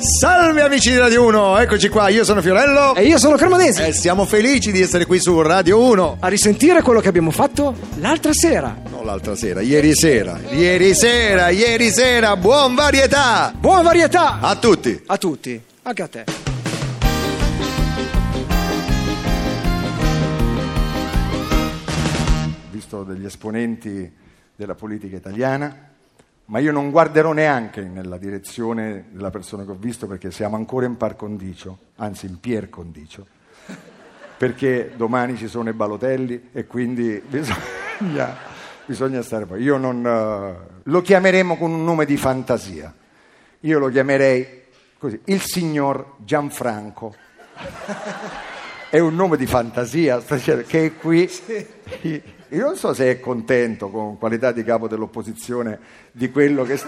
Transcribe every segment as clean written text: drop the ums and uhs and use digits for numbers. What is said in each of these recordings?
Salve amici di Radio 1, eccoci qua, io sono Fiorello e io sono Cremonesi e siamo felici di essere qui su Radio 1 a risentire quello che abbiamo fatto l'altra sera. No, l'altra sera, ieri sera, buon varietà! Buona varietà! A tutti! A tutti, anche a te. Visto degli esponenti della politica italiana, ma io non guarderò neanche nella direzione della persona che ho visto, perché siamo ancora in par condicio, anzi in pier condicio, perché domani ci sono i balotelli e quindi bisogna stare poi. Io non lo chiameremo con un nome di fantasia, io lo chiamerei così, il signor Gianfranco. È un nome di fantasia, che è qui. Io non so se è contento, con qualità di capo dell'opposizione, di quello che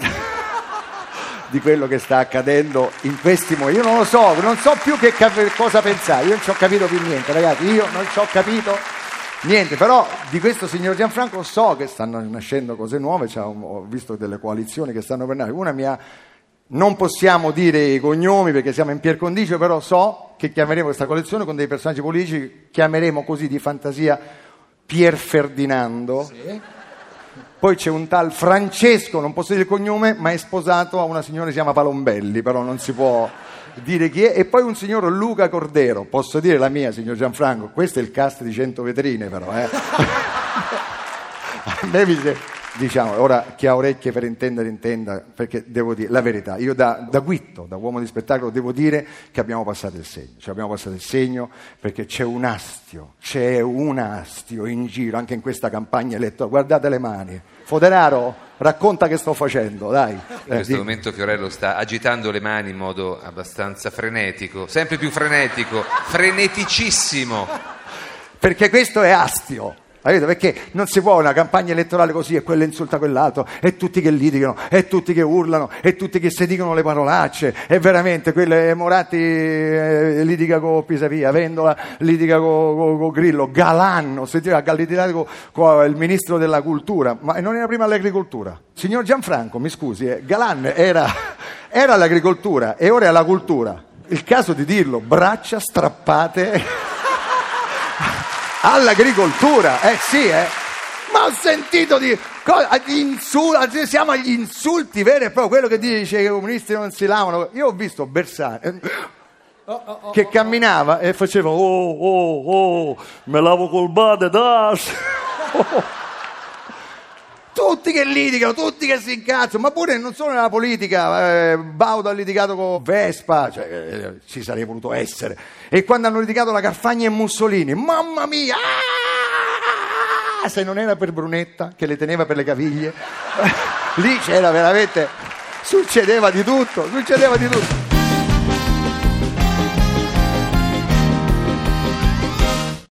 sta accadendo in questi momenti. Io non so più cosa pensare, io non ci ho capito più niente, ragazzi, io non ci ho capito niente, però di questo signor Gianfranco so che stanno nascendo cose nuove, ho visto delle coalizioni che stanno per nascere, non possiamo dire i cognomi perché siamo in pier condicio, però so che chiameremo questa coalizione con dei personaggi politici, chiameremo così di fantasia Pier Ferdinando, sì. Poi c'è un tal Francesco, non posso dire il cognome, ma è sposato a una signora che si chiama Palombelli, però non si può dire chi è, e poi un signor Luca Cordero. Posso dire la mia, signor Gianfranco? Questo è il cast di 100 vetrine, però a me diciamo, ora chi ha orecchie per intendere intenda, perché devo dire la verità, io da Guitto, da uomo di spettacolo, devo dire che abbiamo passato il segno, perché c'è un astio in giro, anche in questa campagna elettorale. Guardate le mani. Foderaro, racconta che sto facendo, dai. In questo momento Fiorello sta agitando le mani in modo abbastanza frenetico, sempre più frenetico, freneticissimo. Perché questo è astio. Perché non si può una campagna elettorale così, e quello insulta quell'altro, e tutti che litigano, e tutti che urlano, e tutti che si dicono le parolacce, e veramente Moratti litiga con Pisapia, Vendola litiga con Grillo, Galan ha litigato con il ministro della cultura, ma non era prima l'agricoltura. Signor Gianfranco, mi scusi, Galan era l'agricoltura e ora è la cultura. Il caso di dirlo, braccia strappate all'agricoltura, ma ho sentito siamo agli insulti veri e proprio, quello che dice che i comunisti non si lavano. Io ho visto Bersani che camminava e faceva me lavo col bade das. Tutti che litigano, tutti che si incazzano, ma pure non solo nella politica. Baudo ha litigato con Vespa, ci sarei voluto essere. E quando hanno litigato la Carfagna e Mussolini, mamma mia! Se non era per Brunetta che le teneva per le caviglie, lì c'era veramente, succedeva di tutto.